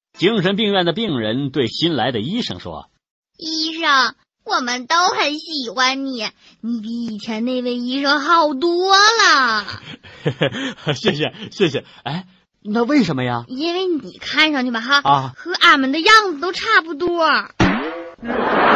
精神病院的病人对新来的医生说： 医生，我们都很喜欢你，你比以前那位医生好多了。 谢谢谢谢。哎，那为什么呀？ 因为你看上去吧和俺们的样子都差不多。